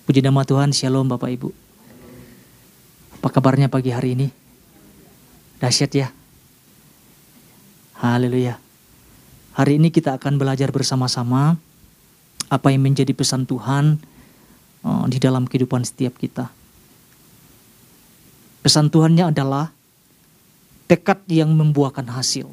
Puji nama Tuhan, Shalom Bapak Ibu. Apa kabarnya pagi hari ini? Dahsyat ya. Haleluya. Hari ini kita akan belajar bersama-sama apa yang menjadi pesan Tuhan di dalam kehidupan setiap kita. Pesan Tuhannya adalah tekad yang membuahkan hasil.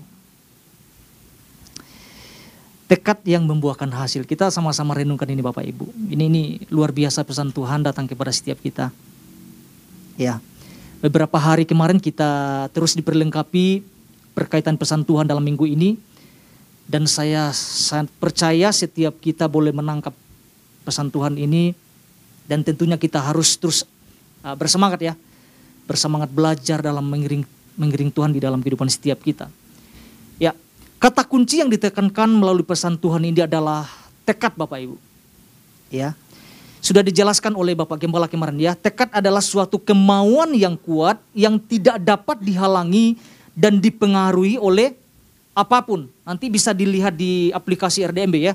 Tekad yang membuahkan hasil. Kita sama-sama renungkan ini Bapak Ibu. Ini luar biasa pesan Tuhan datang kepada setiap kita. Ya. Beberapa hari kemarin kita terus diperlengkapi berkaitan pesan Tuhan dalam minggu ini. Dan saya sangat percaya setiap kita boleh menangkap pesan Tuhan ini. Dan tentunya kita harus terus bersemangat ya. Bersemangat belajar dalam mengiring Tuhan di dalam kehidupan setiap kita. Ya. Kata kunci yang ditekankan melalui pesan Tuhan ini adalah tekad Bapak Ibu. Ya. Sudah dijelaskan oleh Bapak Gembala kemarin ya. Tekad adalah suatu kemauan yang kuat yang tidak dapat dihalangi dan dipengaruhi oleh apapun. Nanti bisa dilihat di aplikasi RDMB ya.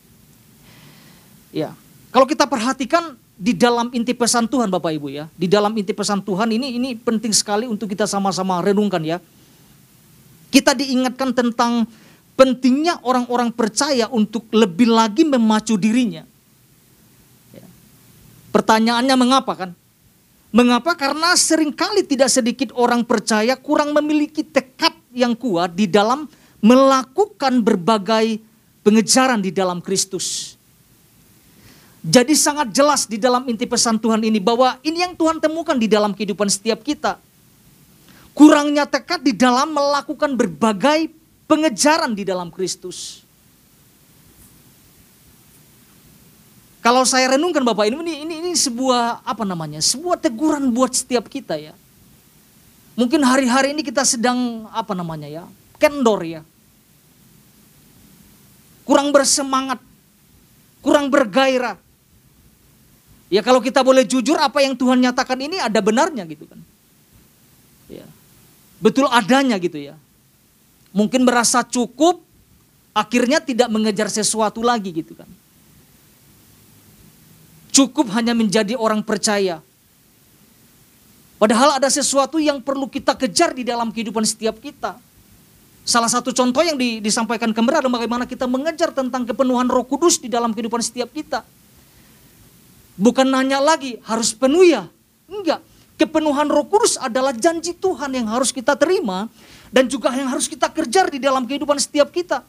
Ya. Kalau kita perhatikan di dalam inti pesan Tuhan Bapak Ibu ya. Di dalam inti pesan Tuhan ini penting sekali untuk kita sama-sama renungkan ya. Kita diingatkan tentang pentingnya orang-orang percaya untuk lebih lagi memacu dirinya. Ya. Pertanyaannya mengapa kan? Mengapa? Karena seringkali tidak sedikit orang percaya kurang memiliki tekad yang kuat di dalam melakukan berbagai pengejaran di dalam Kristus. Jadi sangat jelas di dalam inti pesan Tuhan ini bahwa ini yang Tuhan temukan di dalam kehidupan setiap kita. Kurangnya tekad di dalam melakukan berbagai pengejaran di dalam Kristus. Kalau saya renungkan Bapak ini sebuah sebuah teguran buat setiap kita ya. Mungkin hari-hari ini kita sedang kendor ya. Kurang bersemangat, kurang bergairah. Ya kalau kita boleh jujur apa yang Tuhan nyatakan ini ada benarnya gitu kan. Ya. Betul adanya gitu ya. Mungkin merasa cukup, akhirnya tidak mengejar sesuatu lagi gitu kan. Cukup hanya menjadi orang percaya. Padahal ada sesuatu yang perlu kita kejar di dalam kehidupan setiap kita. Salah satu contoh yang disampaikan kemarin adalah bagaimana kita mengejar tentang kepenuhan Roh Kudus di dalam kehidupan setiap kita. Bukan nanya lagi harus penuh ya. Enggak. Kepenuhan Roh Kudus adalah janji Tuhan yang harus kita terima dan juga yang harus kita kejar di dalam kehidupan setiap kita.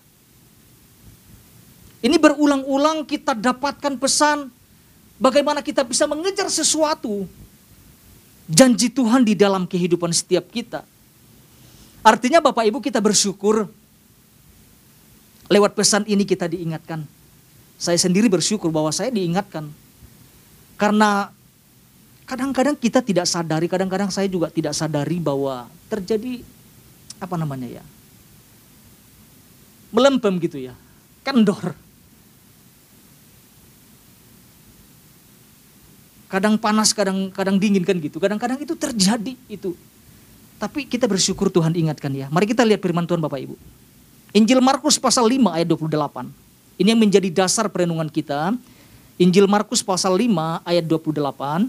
Ini berulang-ulang kita dapatkan pesan bagaimana kita bisa mengejar sesuatu janji Tuhan di dalam kehidupan setiap kita. Artinya Bapak Ibu kita bersyukur lewat pesan ini kita diingatkan. Saya sendiri bersyukur bahwa saya diingatkan. Karena kadang-kadang kita tidak sadari, kadang-kadang saya juga tidak sadari bahwa terjadi melempem gitu ya, kendor. Kadang panas, kadang dingin kan gitu, kadang-kadang itu terjadi itu. Tapi kita bersyukur Tuhan ingatkan ya. Mari kita lihat firman Tuhan Bapak Ibu. Injil Markus pasal 5 ayat 28. Ini yang menjadi dasar perenungan kita. Injil Markus pasal 5 ayat 28.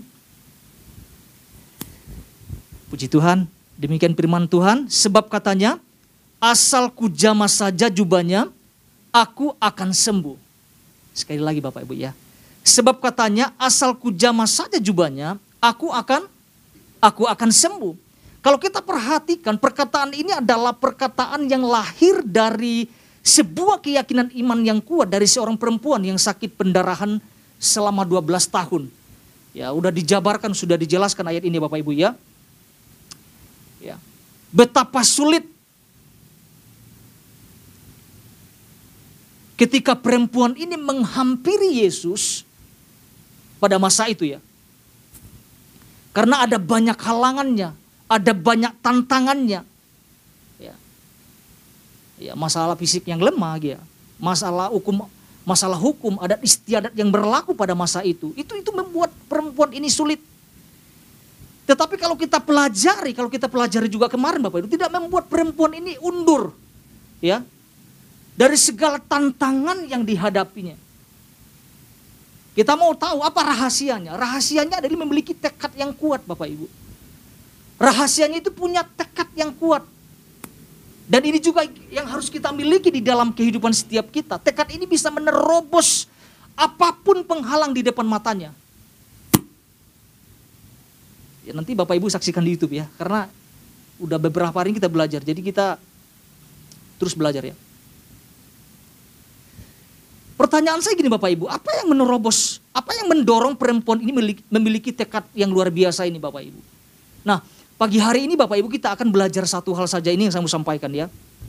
Puji Tuhan, demikian firman Tuhan, sebab katanya, asal ku jamah saja jubahnya, aku akan sembuh. Sekali lagi Bapak Ibu ya. Sebab katanya, asal ku jamah saja jubahnya, aku akan sembuh. Kalau kita perhatikan, perkataan ini adalah perkataan yang lahir dari sebuah keyakinan iman yang kuat dari seorang perempuan yang sakit pendarahan selama 12 tahun. Ya, udah dijabarkan, sudah dijelaskan ayat ini Bapak Ibu ya. Ya. Betapa sulit ketika perempuan ini menghampiri Yesus pada masa itu ya. Karena ada banyak halangannya, ada banyak tantangannya. Ya. Ya, masalah fisik yang lemah ya. Masalah hukum adat istiadat yang berlaku pada masa itu. Itu membuat perempuan ini sulit. Tetapi kalau kita pelajari juga kemarin Bapak Ibu, tidak membuat perempuan ini undur. Ya. Dari segala tantangan yang dihadapinya. Kita mau tahu apa rahasianya? Rahasianya adalah memiliki tekad yang kuat, Bapak Ibu. Rahasianya itu punya tekad yang kuat. Dan ini juga yang harus kita miliki di dalam kehidupan setiap kita. Tekad ini bisa menerobos apapun penghalang di depan matanya. Ya, nanti Bapak Ibu saksikan di YouTube ya. Karena udah beberapa hari kita belajar. Jadi kita terus belajar ya. Pertanyaan saya gini Bapak Ibu, apa yang menerobos, apa yang mendorong perempuan ini memiliki tekad yang luar biasa ini Bapak Ibu? Nah, pagi hari ini Bapak Ibu kita akan belajar satu hal saja, ini yang saya mau sampaikan ya.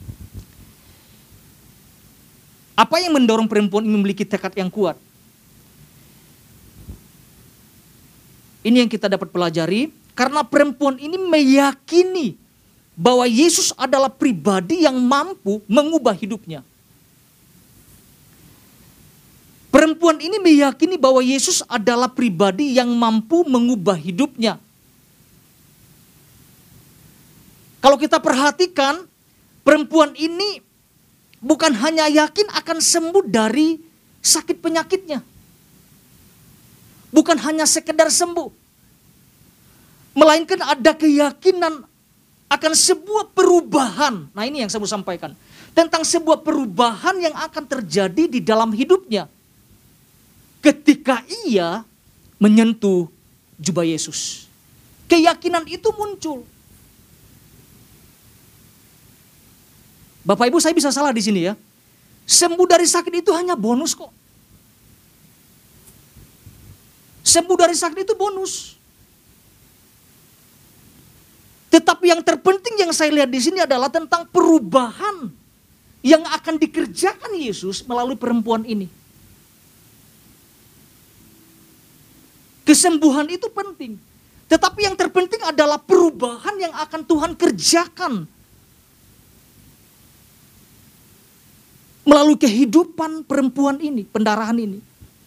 Apa yang mendorong perempuan ini memiliki tekad yang kuat? Ini yang kita dapat pelajari, karena perempuan ini meyakini bahwa Yesus adalah pribadi yang mampu mengubah hidupnya. Perempuan ini meyakini bahwa Yesus adalah pribadi yang mampu mengubah hidupnya. Kalau kita perhatikan, perempuan ini bukan hanya yakin akan sembuh dari sakit penyakitnya. Bukan hanya sekedar sembuh. Melainkan ada keyakinan akan sebuah perubahan. Nah, ini yang saya mau sampaikan. Tentang sebuah perubahan yang akan terjadi di dalam hidupnya. Ketika ia menyentuh jubah Yesus. Keyakinan itu muncul. Bapak Ibu, saya bisa salah di sini ya. Sembuh dari sakit itu hanya bonus kok. Sembuh dari sakit itu bonus. Tetapi yang terpenting yang saya lihat di sini adalah tentang perubahan yang akan dikerjakan Yesus melalui perempuan ini. Kesembuhan itu penting. Tetapi yang terpenting adalah perubahan yang akan Tuhan kerjakan melalui kehidupan perempuan ini, pendarahan ini.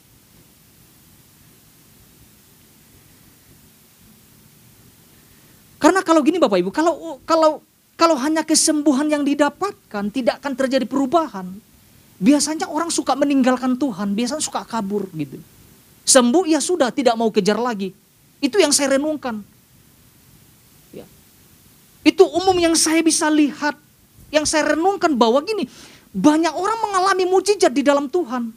Karena kalau gini Bapak Ibu, kalau hanya kesembuhan yang didapatkan, tidak akan terjadi perubahan. Biasanya orang suka meninggalkan Tuhan, biasanya suka kabur gitu. Sembuh ya sudah, tidak mau kejar lagi. Itu yang saya renungkan. Ya. Itu umum yang saya bisa lihat, yang saya renungkan bahwa gini, banyak orang mengalami mukjizat di dalam Tuhan.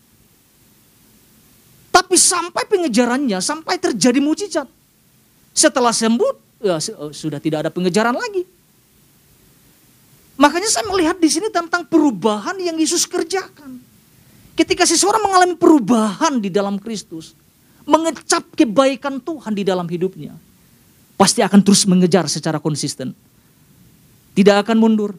Tapi sampai pengejarannya, sampai terjadi mukjizat. Setelah sembuh, ya sudah tidak ada pengejaran lagi. Makanya saya melihat di sini tentang perubahan yang Yesus kerjakan. Ketika seseorang mengalami perubahan di dalam Kristus, mengecap kebaikan Tuhan di dalam hidupnya, pasti akan terus mengejar secara konsisten. Tidak akan mundur.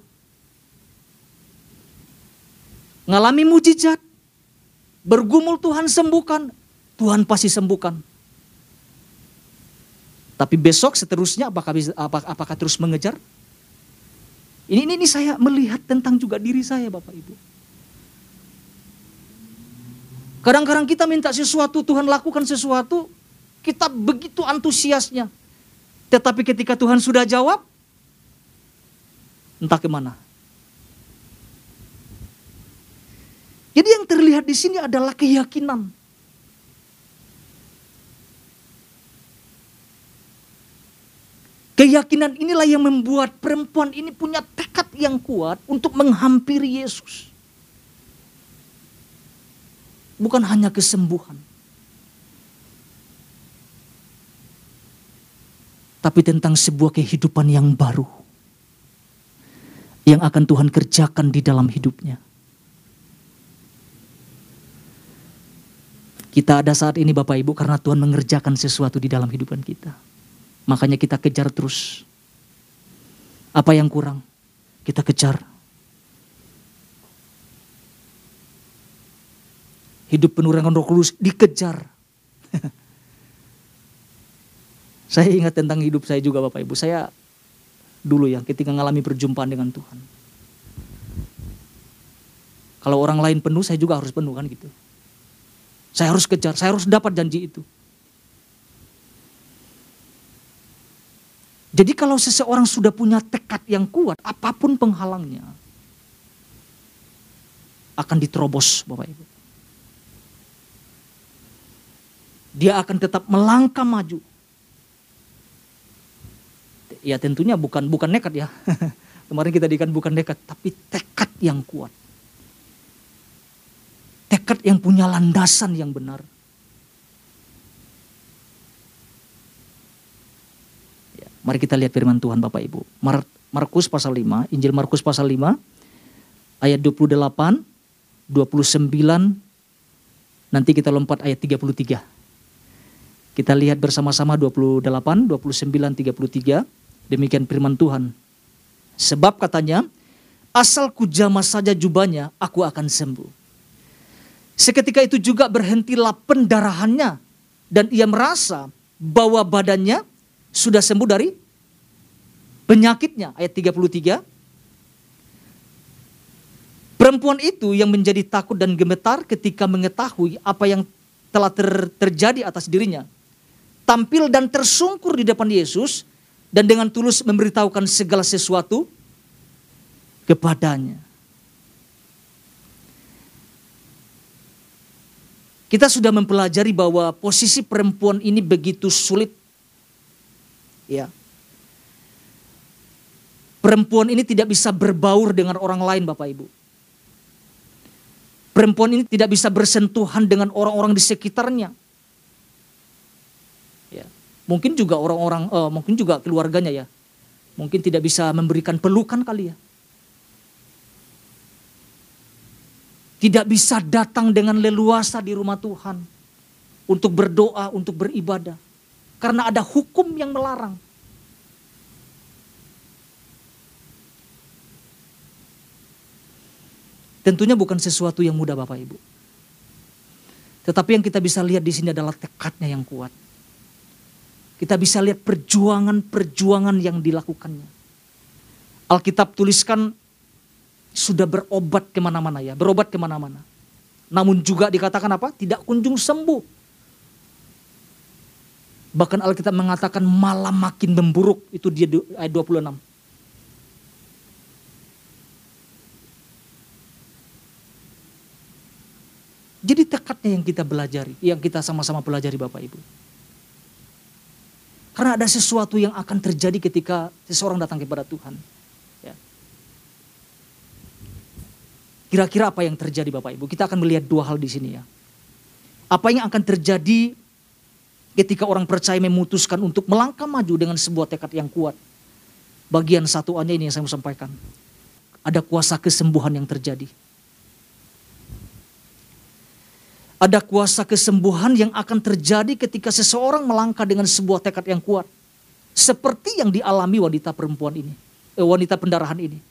Ngalami mujizat, bergumul Tuhan sembuhkan, Tuhan pasti sembuhkan. Tapi besok seterusnya apakah terus mengejar? Ini saya melihat tentang juga diri saya Bapak Ibu. Kadang-kadang kita minta sesuatu, Tuhan lakukan sesuatu, kita begitu antusiasnya. Tetapi ketika Tuhan sudah jawab, entah kemana. Jadi yang terlihat di sini adalah keyakinan. Keyakinan inilah yang membuat perempuan ini punya tekad yang kuat untuk menghampiri Yesus. Bukan hanya kesembuhan. Tapi tentang sebuah kehidupan yang baru. Yang akan Tuhan kerjakan di dalam hidupnya. Kita ada saat ini Bapak Ibu karena Tuhan mengerjakan sesuatu di dalam kehidupan kita. Makanya kita kejar terus. Apa yang kurang, kita kejar. Hidup penuh dengan Roh Kudus dikejar. Saya ingat tentang hidup saya juga Bapak Ibu. Saya dulu ya ketika mengalami perjumpaan dengan Tuhan. Kalau orang lain penuh, saya juga harus penuh kan gitu. Saya harus kejar, saya harus dapat janji itu. Jadi kalau seseorang sudah punya tekad yang kuat, apapun penghalangnya akan diterobos Bapak Ibu. Dia akan tetap melangkah maju. Ya tentunya bukan nekat ya. Kemarin kita dikatakan bukan nekat, tapi tekad yang kuat. Tekad yang punya landasan yang benar. Ya, mari kita lihat firman Tuhan Bapak Ibu. Markus pasal 5, Injil Markus pasal 5, ayat 28, 29, nanti kita lompat ayat 33. Kita lihat bersama-sama 28, 29, 33. Demikian firman Tuhan. Sebab katanya, asal kujamah saja jubahnya, aku akan sembuh. Seketika itu juga berhentilah pendarahannya. Dan ia merasa bahwa badannya sudah sembuh dari penyakitnya. Ayat 33. Perempuan itu yang menjadi takut dan gemetar ketika mengetahui apa yang telah terjadi atas dirinya. Tampil dan tersungkur di depan Yesus. Dan dengan tulus memberitahukan segala sesuatu kepadanya. Kita sudah mempelajari bahwa posisi perempuan ini begitu sulit. Ya. Perempuan ini tidak bisa berbaur dengan orang lain Bapak Ibu. Perempuan ini tidak bisa bersentuhan dengan orang-orang di sekitarnya. Ya. Mungkin juga mungkin juga keluarganya ya. Mungkin tidak bisa memberikan pelukan kali ya. Tidak bisa datang dengan leluasa di rumah Tuhan. Untuk berdoa, untuk beribadah. Karena ada hukum yang melarang. Tentunya bukan sesuatu yang mudah Bapak Ibu. Tetapi yang kita bisa lihat di sini adalah tekadnya yang kuat. Kita bisa lihat perjuangan-perjuangan yang dilakukannya. Alkitab tuliskan sudah berobat kemana-mana ya, berobat kemana-mana. Namun juga dikatakan apa? Tidak kunjung sembuh. Bahkan Alkitab mengatakan malah makin memburuk, itu dia ayat 26. Jadi tekadnya yang kita belajari, yang kita sama-sama pelajari Bapak Ibu. Karena ada sesuatu yang akan terjadi ketika seseorang datang kepada Tuhan. Ya. Kira-kira apa yang terjadi Bapak Ibu? Kita akan melihat dua hal di sini ya. Apa yang akan terjadi ketika orang percaya memutuskan untuk melangkah maju dengan sebuah tekad yang kuat. Bagian satuannya ini yang saya mau sampaikan. Ada kuasa kesembuhan yang terjadi. Ada kuasa kesembuhan yang akan terjadi ketika seseorang melangkah dengan sebuah tekad yang kuat. Seperti yang dialami wanita perempuan ini. Wanita pendarahan ini.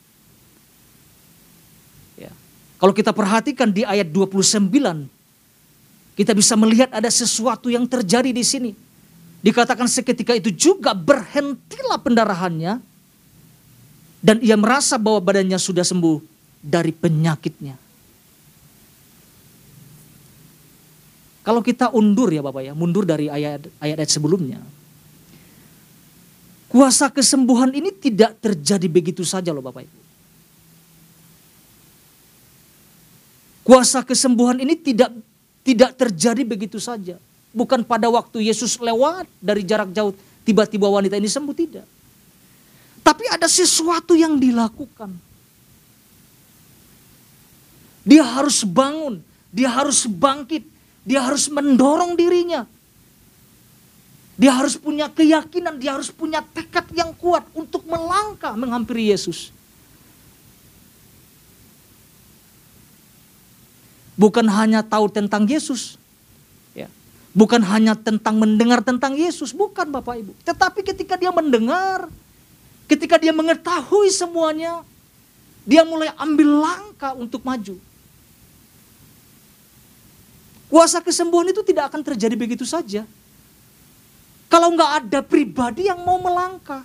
Ya. Kalau kita perhatikan di ayat 29. Kita bisa melihat ada sesuatu yang terjadi di sini. Dikatakan seketika itu juga berhentilah pendarahannya. Dan ia merasa bahwa badannya sudah sembuh dari penyakitnya. Kalau kita undur ya Bapak ya, mundur dari ayat-ayat sebelumnya. Kuasa kesembuhan ini tidak terjadi begitu saja loh Bapak Ibu. Kuasa kesembuhan ini tidak terjadi begitu saja. Bukan pada waktu Yesus lewat dari jarak jauh, tiba-tiba wanita ini sembuh, tidak. Tapi ada sesuatu yang dilakukan. Dia harus bangun, dia harus bangkit. Dia harus mendorong dirinya. Dia harus punya keyakinan, dia harus punya tekad yang kuat untuk melangkah menghampiri Yesus. Bukan hanya tahu tentang Yesus. Ya. Bukan hanya tentang mendengar tentang Yesus. Bukan Bapak Ibu. Tetapi ketika dia mendengar, ketika dia mengetahui semuanya, dia mulai ambil langkah untuk maju. Kuasa kesembuhan itu tidak akan terjadi begitu saja. Kalau nggak ada pribadi yang mau melangkah.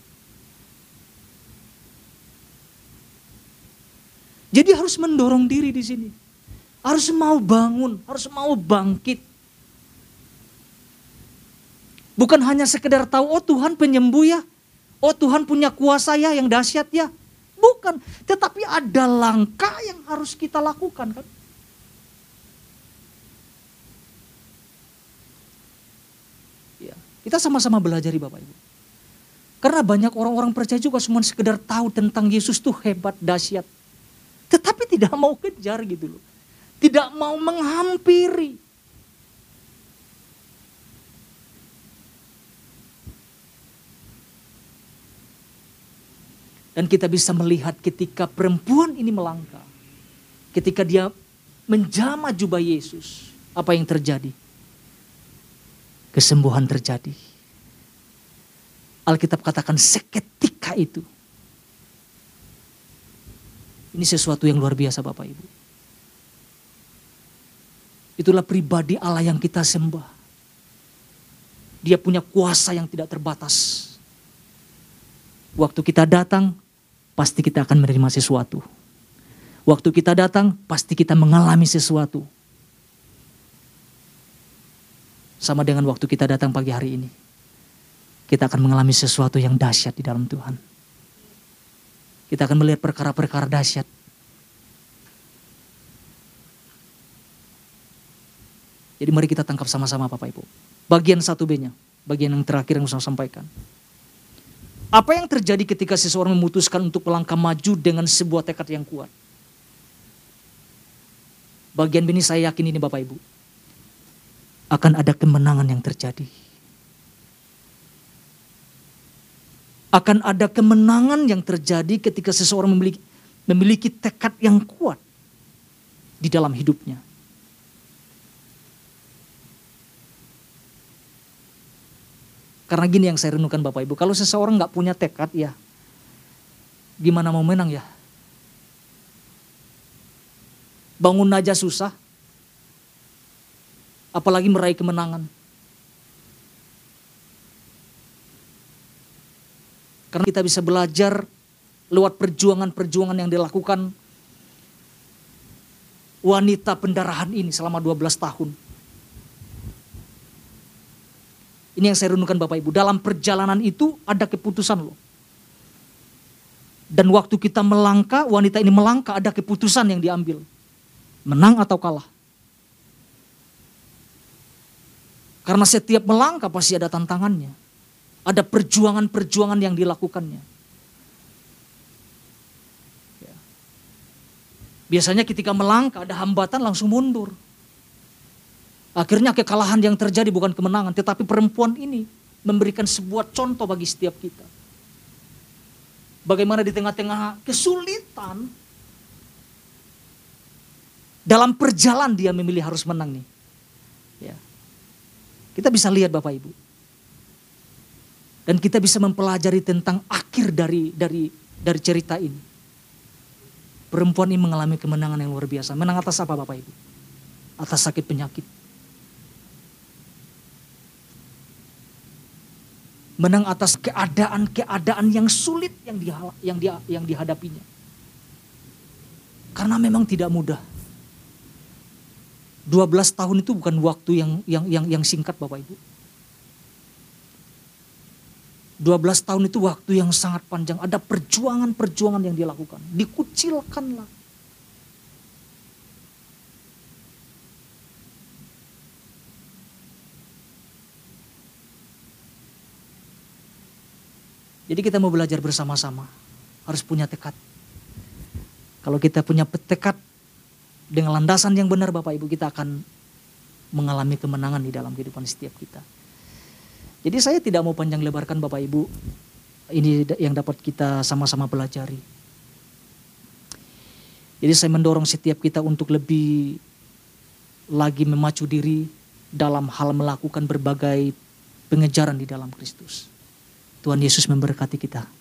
Jadi harus mendorong diri di sini. Harus mau bangun, harus mau bangkit. Bukan hanya sekedar tahu, oh Tuhan penyembuh ya. Oh Tuhan punya kuasa ya yang dahsyat ya. Bukan, tetapi ada langkah yang harus kita lakukan kan. Kita sama-sama belajari Bapak Ibu. Karena banyak orang-orang percaya juga cuma sekedar tahu tentang Yesus tuh hebat, dahsyat. Tetapi tidak mau kejar gitu loh. Tidak mau menghampiri. Dan kita bisa melihat ketika perempuan ini melangkah. Ketika dia menjamah jubah Yesus. Apa yang terjadi? Kesembuhan terjadi. Alkitab katakan seketika itu. Ini sesuatu yang luar biasa Bapak Ibu. Itulah pribadi Allah yang kita sembah. Dia punya kuasa yang tidak terbatas. Waktu kita datang, pasti kita akan menerima sesuatu. Waktu kita datang, pasti kita mengalami sesuatu. Sama dengan waktu kita datang pagi hari ini. Kita akan mengalami sesuatu yang dahsyat di dalam Tuhan. Kita akan melihat perkara-perkara dahsyat. Jadi mari kita tangkap sama-sama Bapak Ibu. Bagian 1B-nya, bagian yang terakhir yang saya sampaikan. Apa yang terjadi ketika seseorang memutuskan untuk melangkah maju dengan sebuah tekad yang kuat? Bagian ini saya yakin ini Bapak Ibu. Akan ada kemenangan yang terjadi. Akan ada kemenangan yang terjadi ketika seseorang memiliki tekad yang kuat di dalam hidupnya. Karena gini yang saya renungkan Bapak Ibu, kalau seseorang gak punya tekad ya, gimana mau menang ya? Bangun aja susah, apalagi meraih kemenangan. Karena kita bisa belajar lewat perjuangan-perjuangan yang dilakukan wanita pendarahan ini selama 12 tahun. Ini yang saya renungkan Bapak Ibu. Dalam perjalanan itu ada keputusan loh. Dan waktu kita melangkah, wanita ini melangkah, ada keputusan yang diambil. Menang atau kalah. Karena setiap melangkah pasti ada tantangannya. Ada perjuangan-perjuangan yang dilakukannya. Ya. Biasanya ketika melangkah ada hambatan langsung mundur. Akhirnya kekalahan yang terjadi bukan kemenangan. Tetapi perempuan ini memberikan sebuah contoh bagi setiap kita. Bagaimana di tengah-tengah kesulitan. Dalam perjalanan dia memilih harus menang nih. Ya. Kita bisa lihat Bapak Ibu. Dan kita bisa mempelajari tentang akhir dari cerita ini. Perempuan ini mengalami kemenangan yang luar biasa. Menang atas apa Bapak Ibu? Atas sakit penyakit. Menang atas keadaan yang sulit yang dihadapinya. Karena memang tidak mudah. 12 tahun itu bukan waktu yang singkat Bapak Ibu. 12 tahun itu waktu yang sangat panjang. Ada perjuangan-perjuangan yang dilakukan. Dikucilkanlah. Jadi kita mau belajar bersama-sama. Harus punya tekad. Kalau kita punya tekad dengan landasan yang benar Bapak Ibu, kita akan mengalami kemenangan di dalam kehidupan setiap kita. Jadi saya tidak mau panjang lebarkan Bapak Ibu. Ini yang dapat kita sama-sama pelajari. Jadi saya mendorong setiap kita untuk lebih lagi memacu diri dalam hal melakukan berbagai pengejaran di dalam Kristus. Tuhan Yesus memberkati kita.